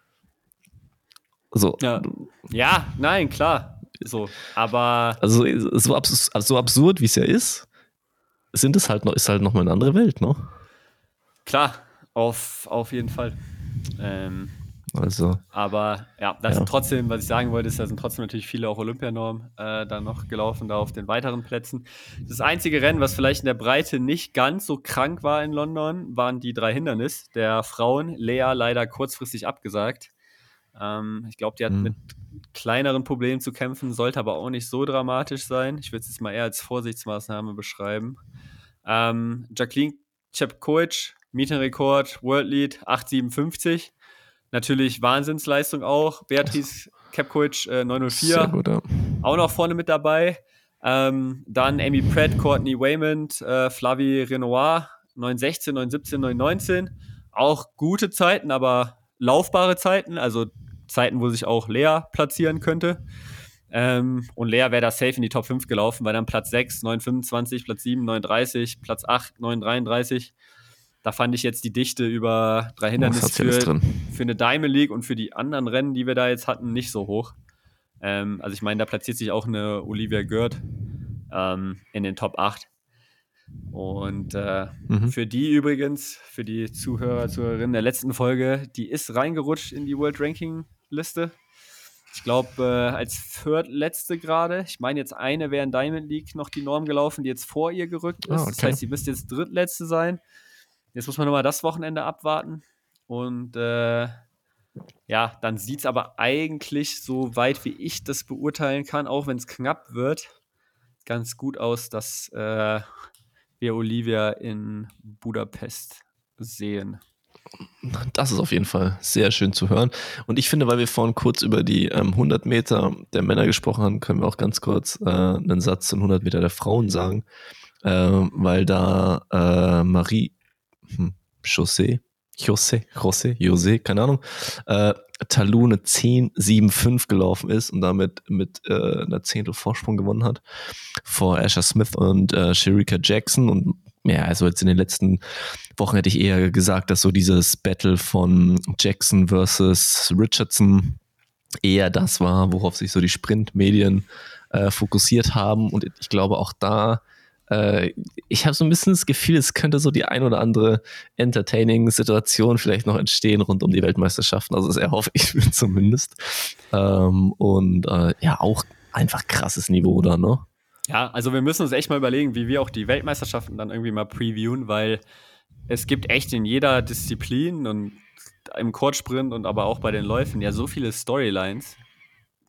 So. Ja. ja, nein, klar. So, aber. Also so, abs- so absurd, wie es ja ist, sind es halt noch, ist halt nochmal eine andere Welt, ne? Klar, auf, auf jeden Fall. Ähm, also. Aber ja, da ja. sind trotzdem, was ich sagen wollte, ist, da sind trotzdem natürlich viele auch Olympianormen äh, dann noch gelaufen, da auf den weiteren Plätzen. Das einzige Rennen, was vielleicht in der Breite nicht ganz so krank war in London, waren die drei Hindernis der Frauen. Lea leider kurzfristig abgesagt. Ähm, ich glaube, die hat hm. mit kleineren Problemen zu kämpfen, sollte aber auch nicht so dramatisch sein. Ich würde es jetzt mal eher als Vorsichtsmaßnahme beschreiben. Ähm, Jacqueline Chepkoech, Meetingrekord, World Lead acht siebenundfünfzig. Natürlich Wahnsinnsleistung auch. Beatrice Chepkoech äh, neun null vier. Gut, ja. Auch noch vorne mit dabei. Ähm, dann Amy Pratt, Courtney Waymond, äh, Flavie Renoir neun sechzehn, neun siebzehn, neun neunzehn. Auch gute Zeiten, aber laufbare Zeiten. Also Zeiten, wo sich auch Lea platzieren könnte. Ähm, und Lea wäre da safe in die Top fünf gelaufen, weil dann Platz sechs, neun fünfundzwanzig, Platz sieben, neun dreißig, Platz acht, neun dreiunddreißig. Da fand ich jetzt die Dichte über drei Hindernisse für, für eine Diamond League und für die anderen Rennen, die wir da jetzt hatten, nicht so hoch. Ähm, also ich meine, da platziert sich auch eine Olivia Gerd ähm, in den Top acht. Und äh, mhm. für die übrigens, für die Zuhörer, Zuhörerinnen der letzten Folge, die ist reingerutscht in die World Ranking Liste. Ich glaube, äh, als viertletzte gerade. Ich meine, jetzt eine wäre in Diamond League noch die Norm gelaufen, die jetzt vor ihr gerückt ist. Oh, okay. Das heißt, sie müsste jetzt drittletzte sein. Jetzt muss man nochmal das Wochenende abwarten. Und äh, ja, dann sieht es aber eigentlich, so weit wie ich das beurteilen kann, auch wenn es knapp wird, ganz gut aus, dass äh, wir Olivia in Budapest sehen. Das ist auf jeden Fall sehr schön zu hören. Und ich finde, weil wir vorhin kurz über die ähm, hundert Meter der Männer gesprochen haben, können wir auch ganz kurz äh, einen Satz zu hundert Meter der Frauen sagen. Äh, weil da äh, Marie hm, José, José, José, José, keine Ahnung, äh, Talou eine zehn sieben fünf gelaufen ist und damit mit äh, einer Zehntel Vorsprung gewonnen hat vor Asher Smith und äh, Shericka Jackson. Und ja, also jetzt in den letzten Wochen hätte ich eher gesagt, dass so dieses Battle von Jackson versus Richardson eher das war, worauf sich so die Sprintmedien äh, fokussiert haben. Und ich glaube auch da, äh, ich habe so ein bisschen das Gefühl, es könnte so die ein oder andere Entertaining-Situation vielleicht noch entstehen rund um die Weltmeisterschaften. Also das erhoffe ich mir zumindest. Ähm, und äh, ja, auch einfach krasses Niveau da, ne? Ja, also wir müssen uns echt mal überlegen, wie wir auch die Weltmeisterschaften dann irgendwie mal previewen, weil es gibt echt in jeder Disziplin und im Kurzsprint und aber auch bei den Läufen ja so viele Storylines,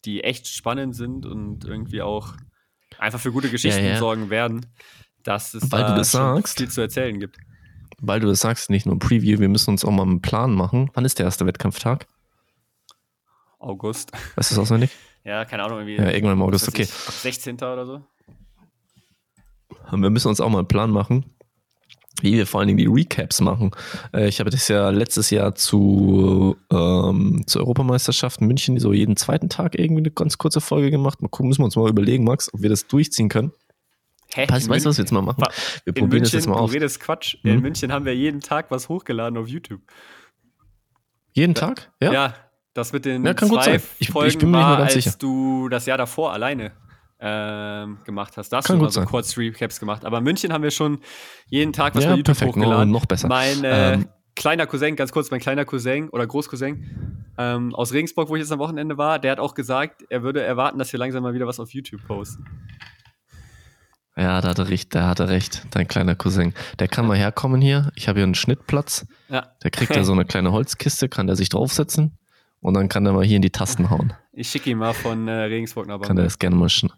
die echt spannend sind und irgendwie auch einfach für gute Geschichten ja, ja. sorgen werden, dass es weil da du das schon sagst, viel zu erzählen gibt. Weil du das sagst, nicht nur ein Preview, wir müssen uns auch mal einen Plan machen. Wann ist der erste Wettkampftag? August. Weißt du das auswendig? Ja, keine Ahnung. Irgendwie ja, irgendwann im August, okay. sechzehnten oder so. Wir müssen uns auch mal einen Plan machen, wie wir vor allen Dingen die Recaps machen. Ich habe das ja letztes Jahr zu ähm, zur Europameisterschaft in München so jeden zweiten Tag irgendwie eine ganz kurze Folge gemacht. Mal gucken, müssen wir uns mal überlegen, Max, ob wir das durchziehen können. Hä? Weißt du, was wir jetzt mal machen? Wir probieren München, das jetzt mal auf. Du redest Quatsch. Hm? In München haben wir jeden Tag was hochgeladen auf YouTube. Jeden da, Tag? Ja. Ja, das mit den ja, kann zwei gut sein. Ich, Folgen ich bin mir war, nicht mehr ganz als sicher. du das Jahr davor alleine ähm, gemacht hast. Da hast kann du gut mal so sein. kurz Recaps gemacht. Aber in München haben wir schon jeden Tag was ja, bei YouTube perfekt. hochgeladen. No, noch besser. Mein äh, ähm, kleiner Cousin, ganz kurz, mein kleiner Cousin oder Großcousin ähm, aus Regensburg, wo ich jetzt am Wochenende war, der hat auch gesagt, er würde erwarten, dass wir langsam mal wieder was auf YouTube posten. Ja, da hat er recht, da hat er recht, dein kleiner Cousin. Der kann mal herkommen hier. Ich habe hier einen Schnittplatz. Ja. Der kriegt da so eine kleine Holzkiste, kann der sich draufsetzen und dann kann der mal hier in die Tasten hauen. Ich schicke ihn mal von äh, Regensburg nach Bamberg. Kann er das gerne mischen.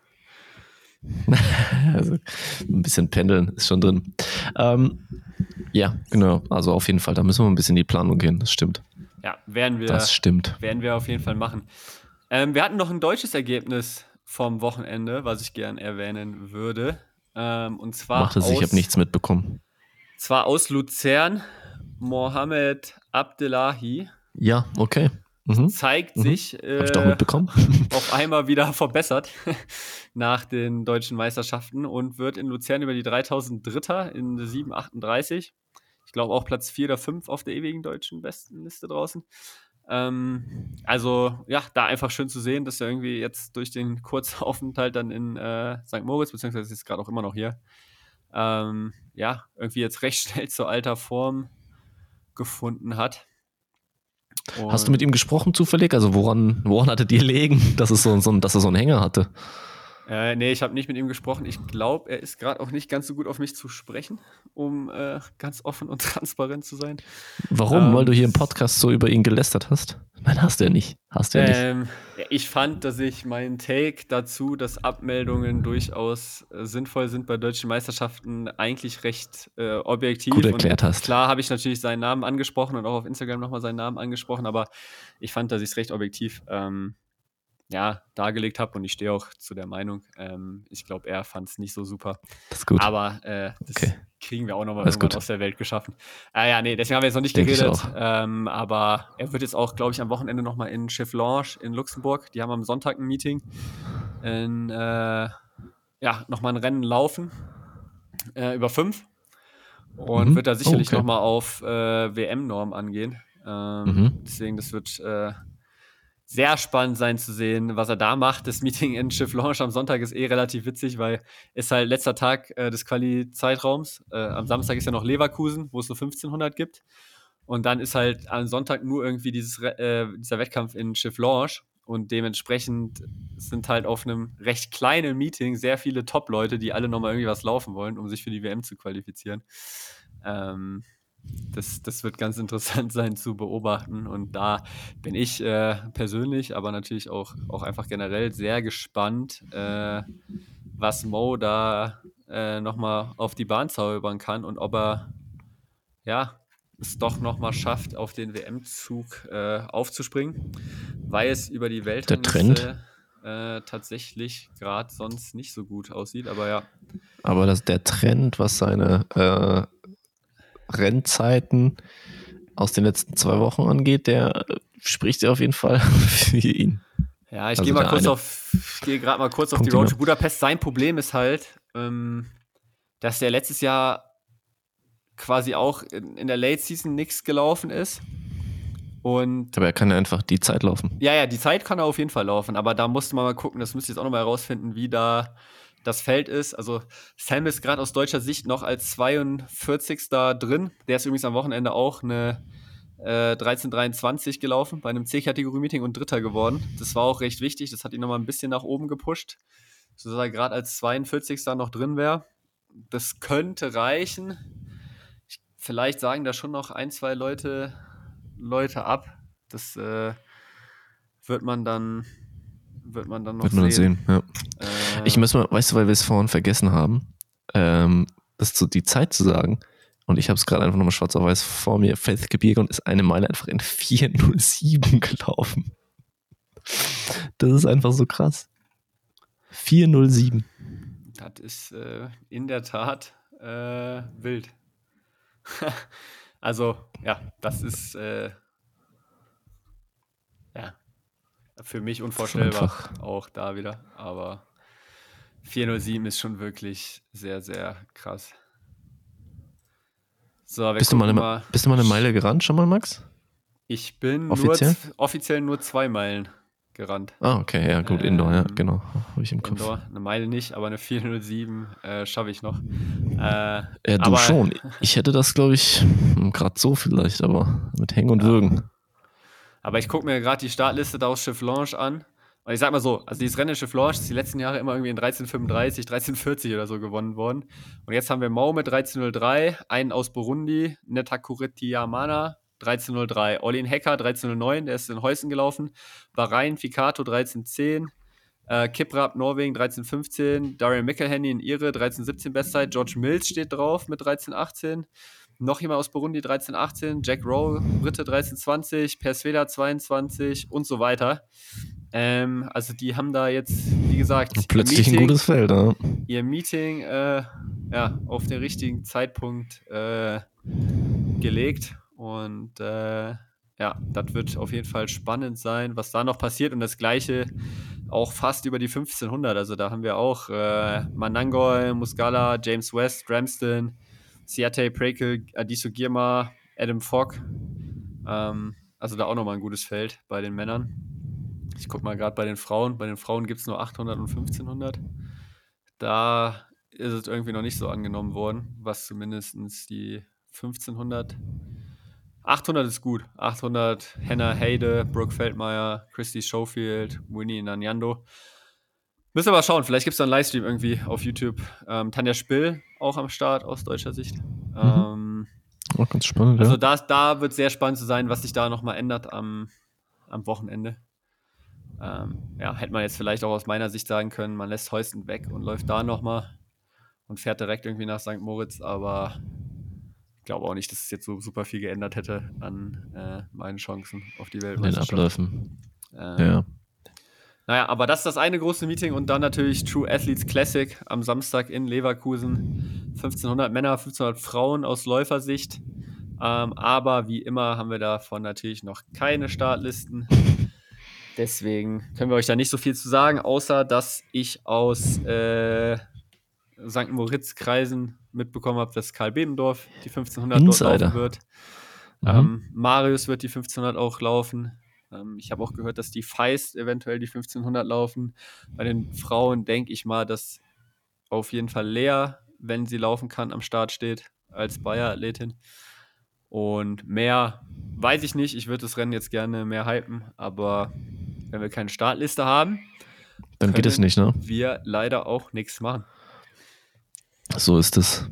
Also, ein bisschen pendeln ist schon drin. Ähm, ja, genau. Also auf jeden Fall, da müssen wir ein bisschen in die Planung gehen. Das stimmt. Ja, werden wir. Das stimmt. Werden wir auf jeden Fall machen. Ähm, wir hatten noch ein deutsches Ergebnis vom Wochenende, was ich gern erwähnen würde. Ähm, und zwar Macht es, aus, ich habe nichts mitbekommen. Zwar aus Luzern, Mohamed Abdellahi. Ja, okay. Mhm. Zeigt mhm. sich äh, Hab ich doch mitbekommen. auf einmal wieder verbessert nach den deutschen Meisterschaften und wird in Luzern über die dreitausend Dritter in sieben achtunddreißig. Ich glaube auch Platz vier oder fünf auf der ewigen deutschen Bestenliste draußen. Ähm, also ja, da einfach schön zu sehen, dass er irgendwie jetzt durch den Kurzaufenthalt dann in äh, Sankt Moritz, beziehungsweise ist gerade auch immer noch hier, ähm, ja, irgendwie jetzt recht schnell zur alter Form gefunden hat. Und hast du mit ihm gesprochen zufällig? Also woran, woran hattet ihr legen, dass, es so, so, dass er so einen Hänger hatte? Äh, nee, ich habe nicht mit ihm gesprochen. Ich glaube, er ist gerade auch nicht ganz so gut auf mich zu sprechen, um äh, ganz offen und transparent zu sein. Warum? Ähm, Weil du hier im Podcast so über ihn gelästert hast? Nein, hast du ja nicht. Hast du ja ähm, nicht. Ich fand, dass ich meinen Take dazu, dass Abmeldungen durchaus äh, sinnvoll sind bei deutschen Meisterschaften, eigentlich recht äh, objektiv gut erklärt und hast. Klar habe ich natürlich seinen Namen angesprochen und auch auf Instagram nochmal seinen Namen angesprochen, aber ich fand, dass ich es recht objektiv ähm, ja, dargelegt habe und ich stehe auch zu der Meinung. Ähm, ich glaube, er fand es nicht so super. Das ist gut. Aber äh, das okay. kriegen wir auch nochmal Alles irgendwann gut. aus der Welt geschaffen. Äh, ja, nee, deswegen haben wir jetzt noch nicht Denk geredet. Ähm, aber er wird jetzt auch, glaube ich, am Wochenende nochmal in Cheflange in Luxemburg. Die haben am Sonntag ein Meeting. In, äh, ja, nochmal ein Rennen laufen. Äh, über fünf. Und mhm. wird da sicherlich oh, okay. nochmal auf äh, W M-Norm angehen. Ähm, mhm. Deswegen, das wird äh, sehr spannend sein zu sehen, was er da macht. Das Meeting in Cheflange am Sonntag ist eh relativ witzig, weil es halt letzter Tag äh, des Quali-Zeitraums. Äh, am Samstag ist ja noch Leverkusen, wo es nur fünfzehnhundert gibt. Und dann ist halt am Sonntag nur irgendwie dieses, äh, dieser Wettkampf in Cheflange. Und dementsprechend sind halt auf einem recht kleinen Meeting sehr viele Top-Leute, die alle nochmal irgendwie was laufen wollen, um sich für die W M zu qualifizieren. Ähm, Das, das wird ganz interessant sein zu beobachten. Und da bin ich äh, persönlich, aber natürlich auch, auch einfach generell sehr gespannt, äh, was Mo da äh, nochmal auf die Bahn zaubern kann und ob er ja, es doch nochmal schafft, auf den W M-Zug äh, aufzuspringen, weil es über die Weltrangliste äh, tatsächlich gerade sonst nicht so gut aussieht. Aber ja. Aber das, der Trend, was seine äh Rennzeiten aus den letzten zwei Wochen angeht, der spricht ja auf jeden Fall für ihn. Ja, ich also gehe mal kurz auf, ich gehe gerade mal kurz auf die Road to Budapest. Sein Problem ist halt, ähm, dass der letztes Jahr quasi auch in, in der Late Season nichts gelaufen ist. Und aber er kann ja einfach die Zeit laufen. Ja, ja, die Zeit kann er auf jeden Fall laufen, aber da musste man mal gucken, das müsst ihr jetzt auch nochmal herausfinden, wie da das Feld ist. Also Sam ist gerade aus deutscher Sicht noch als zweiundvierzigster drin. Der ist übrigens am Wochenende auch eine äh, dreizehn dreiundzwanzig gelaufen bei einem C-Kategorie-Meeting und Dritter geworden. Das war auch recht wichtig. Das hat ihn nochmal ein bisschen nach oben gepusht, sodass er gerade als zweiundvierzigster noch drin wäre. Das könnte reichen. Ich, vielleicht sagen da schon noch ein, zwei Leute, Leute ab. Das äh, wird man dann wird man dann noch wird man sehen. sehen, ja. Äh, ich muss mal, weißt du, weil wir es vorhin vergessen haben, ähm, das zu, die Zeit zu sagen. Und ich habe es gerade einfach nochmal schwarz auf weiß vor mir. Faith Kipyegon ist eine Meile einfach in vier null sieben gelaufen. Das ist einfach so krass. vier null sieben. Das ist äh, in der Tat äh, wild. Also, ja, das ist äh, ja für mich unvorstellbar. Auch da wieder. Aber vier null sieben ist schon wirklich sehr, sehr krass. So, bist, du mal eine, mal. bist du mal eine Meile gerannt schon mal, Max? Ich bin offiziell nur, offiziell nur zwei Meilen gerannt. Ah, okay, ja gut, ähm, Indoor, ja, genau. Habe ich im Kopf. Indoor, eine Meile nicht, aber eine vier null sieben äh, schaffe ich noch. Äh, ja, du aber, schon. Ich hätte das, glaube ich, gerade so vielleicht, aber mit Hängen und ja. Würgen. Aber ich gucke mir gerade die Startliste da aus Cheflange an. Und ich sag mal so, also dieses Rennen in Cheflange ist die letzten Jahre immer irgendwie in dreizehn fünfunddreißig, dreizehn vierzig oder so gewonnen worden. Und jetzt haben wir Mau mit dreizehn null drei, einen aus Burundi, Netakureti Yamana, dreizehn null drei. Olin Hecker, dreizehn null neun, der ist in Heusen gelaufen. Bahrain, Fikato, dreizehn zehn. Äh, Kiprap, Norwegen, dreizehn fünfzehn. Darian McElhenney in Ihre, dreizehn siebzehn Bestzeit. George Mills steht drauf mit dreizehn achtzehn. Noch jemand aus Burundi, dreizehn achtzehn. Jack Rowe, Brite, dreizehn zwanzig. Persveda, zweiundzwanzig und so weiter. Ähm, also die haben da jetzt, wie gesagt, plötzlich Meeting, ein gutes Feld, ja. Ihr Meeting äh, ja, auf den richtigen Zeitpunkt äh, gelegt. Und äh, ja, das wird auf jeden Fall spannend sein, was da noch passiert. Und das Gleiche auch fast über die fünfzehnhundert. Also da haben wir auch äh, Manangoy, Muscala, James West, Ramsden, Siate Prekel, Adiso Girma, Adam Fogg. Ähm, also da auch nochmal ein gutes Feld bei den Männern. Ich gucke mal gerade bei den Frauen. Bei den Frauen gibt es nur achthundert und fünfzehnhundert. Da ist es irgendwie noch nicht so angenommen worden, was zumindest die fünfzehnhundert. achthundert ist gut. achthundert, Hannah Heide, Brooke Feldmeier, Christy Schofield, Winnie Nanyando. Müssen wir mal schauen. Vielleicht gibt es da einen Livestream irgendwie auf YouTube. Ähm, Tanja Spill auch am Start aus deutscher Sicht. Mhm. Ähm, auch ganz spannend, also ja. da, da wird sehr spannend zu sein, was sich da nochmal ändert am, am Wochenende. Ähm, ja, hätte man jetzt vielleicht auch aus meiner Sicht sagen können, man lässt Heusten weg und läuft da nochmal und fährt direkt irgendwie nach Sankt Moritz, aber ich glaube auch nicht, dass es jetzt so super viel geändert hätte an äh, meinen Chancen auf die Weltmeisterschaft. Den Abläufen. Ähm, ja. Naja, aber das ist das eine große Meeting und dann natürlich True Athletes Classic am Samstag in Leverkusen. fünfzehnhundert Männer, fünfzehnhundert Frauen aus Läufersicht. Ähm, aber wie immer haben wir davon natürlich noch keine Startlisten. Deswegen können wir euch da nicht so viel zu sagen, außer dass ich aus äh, Sankt Moritz-Kreisen mitbekommen habe, dass Karl Bebendorf die fünfzehnhundert Insider. dort laufen wird. Mhm. Ähm, Marius wird die fünfzehnhundert auch laufen. Ähm, ich habe auch gehört, dass die Feist eventuell die fünfzehnhundert laufen. Bei den Frauen denke ich mal, dass auf jeden Fall Lea, wenn sie laufen kann, am Start steht als Bayer-Athletin. Und mehr weiß ich nicht. Ich würde das Rennen jetzt gerne mehr hypen, aber wenn wir keine Startliste haben, dann geht es nicht, ne? Wir leider auch nichts machen. So ist es.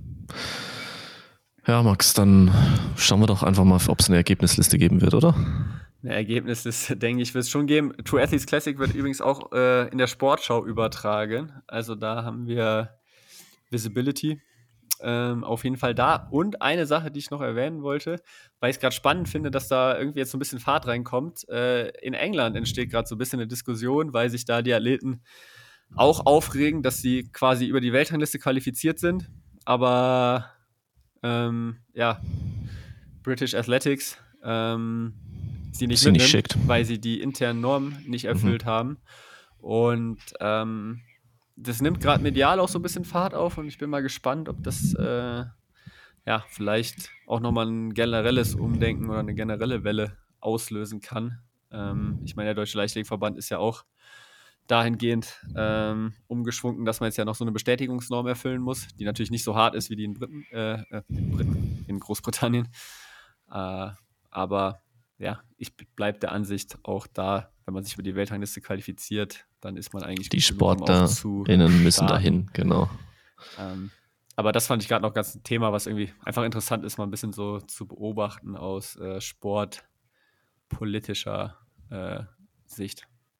Ja, Max, dann schauen wir doch einfach mal, ob es eine Ergebnisliste geben wird, oder? Eine Ergebnisliste, denke ich, wird es schon geben. True Athletes Classic wird übrigens auch äh, in der Sportschau übertragen. Also da haben wir Visibility. Ähm, auf jeden Fall da. Und eine Sache, die ich noch erwähnen wollte, weil ich es gerade spannend finde, dass da irgendwie jetzt so ein bisschen Fahrt reinkommt. Äh, in England entsteht gerade so ein bisschen eine Diskussion, weil sich da die Athleten auch aufregen, dass sie quasi über die Weltrangliste qualifiziert sind. Aber ähm, ja, British Athletics ähm, sie nicht sie mitnimmt, nicht weil sie die internen Normen nicht erfüllt mhm. haben. Und ähm, das nimmt gerade medial auch so ein bisschen Fahrt auf und ich bin mal gespannt, ob das äh, ja vielleicht auch nochmal ein generelles Umdenken oder eine generelle Welle auslösen kann. Ähm, ich meine, der Deutsche Leichtathletikverband ist ja auch dahingehend ähm, umgeschwungen, dass man jetzt ja noch so eine Bestätigungsnorm erfüllen muss, die natürlich nicht so hart ist wie die in Briten, äh, äh, in, Briten in Großbritannien. Äh, aber ja, ich bleibe der Ansicht auch da, wenn man sich über die Weltrangliste qualifiziert, dann ist man eigentlich die SportlerInnen müssen dahin, genau. Ähm, aber das fand ich gerade noch ganz ein Thema, was irgendwie einfach interessant ist, mal ein bisschen so zu beobachten aus äh, sportpolitischer äh, Sicht.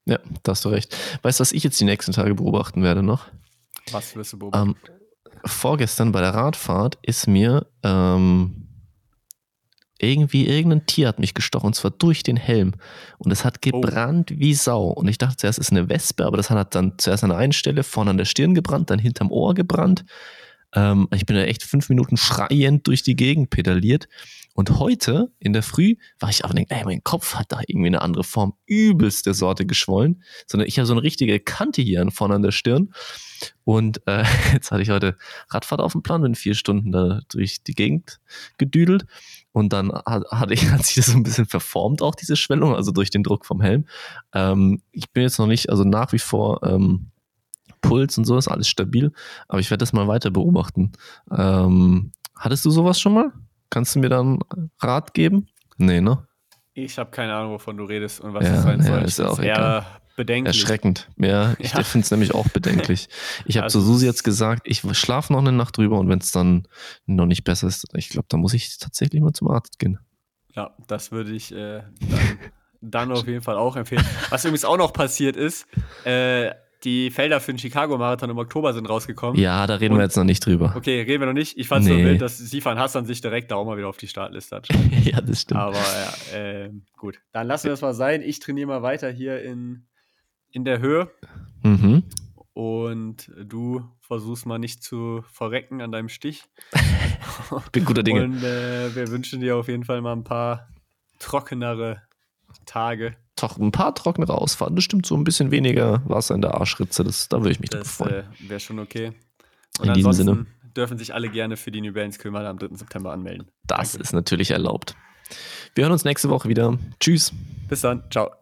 Ja, da hast du recht. Weißt du, was ich jetzt die nächsten Tage beobachten werde noch? Was wirst du beobachten? Ähm, vorgestern bei der Radfahrt ist mir ähm, irgendwie irgendein Tier hat mich gestochen, und zwar durch den Helm. Und es hat gebrannt oh. wie Sau. Und ich dachte zuerst, es ist eine Wespe, aber das hat dann zuerst an der einen Stelle vorne an der Stirn gebrannt, dann hinterm Ohr gebrannt. Ähm, ich bin da echt fünf Minuten schreiend durch die Gegend pedaliert. Und heute in der Früh war ich aber denke, ey, mein Kopf hat da irgendwie eine andere Form, übelste Sorte geschwollen, sondern ich habe so eine richtige Kante hier vorne an der Stirn. Und äh, jetzt hatte ich heute Radfahrt auf dem Plan, bin vier Stunden da durch die Gegend gedüdelt. Und dann hat, hat, ich, hat sich das so ein bisschen verformt, auch diese Schwellung, also durch den Druck vom Helm. Ähm, ich bin jetzt noch nicht, also nach wie vor ähm, Puls und so ist alles stabil, aber ich werde das mal weiter beobachten. Ähm, hattest du sowas schon mal? Kannst du mir dann Rat geben? Nee, ne? Ich habe keine Ahnung, wovon du redest und was ja, das sein ja, soll. Ist ja auch eher egal. bedenklich. Erschreckend. Ja, ich ja. finde es nämlich auch bedenklich. Ich habe also, zu Susi jetzt gesagt, ich schlafe noch eine Nacht drüber und wenn es dann noch nicht besser ist, ich glaube, da muss ich tatsächlich mal zum Arzt gehen. Ja, das würde ich äh, dann, dann auf jeden Fall auch empfehlen. Was übrigens auch noch passiert ist, äh, die Felder für den Chicago-Marathon im Oktober sind rausgekommen. Ja, da reden und, wir jetzt noch nicht drüber. Okay, reden wir noch nicht. Ich fand es nee. so wild, dass Sifan Hassan sich direkt da auch mal wieder auf die Startliste hat. Ja, das stimmt. Aber ja, äh, gut. Dann lassen wir das mal sein. Ich trainiere mal weiter hier in, in der Höhe. Mhm. Und du versuchst mal nicht zu verrecken an deinem Stich. Ich bin guter Dinge. Und äh, wir wünschen dir auf jeden Fall mal ein paar trockenere Tage. Doch, ein paar trockenere Ausfahrten. Das stimmt, so ein bisschen weniger Wasser in der Arschritze. Das, da würde ich mich drauf freuen. Das äh, wäre schon okay. Und in diesem Sinne dürfen sich alle gerne für die New Balance Köln am dritten September anmelden. Das Danke. Ist natürlich erlaubt. Wir hören uns nächste Woche wieder. Tschüss. Bis dann. Ciao.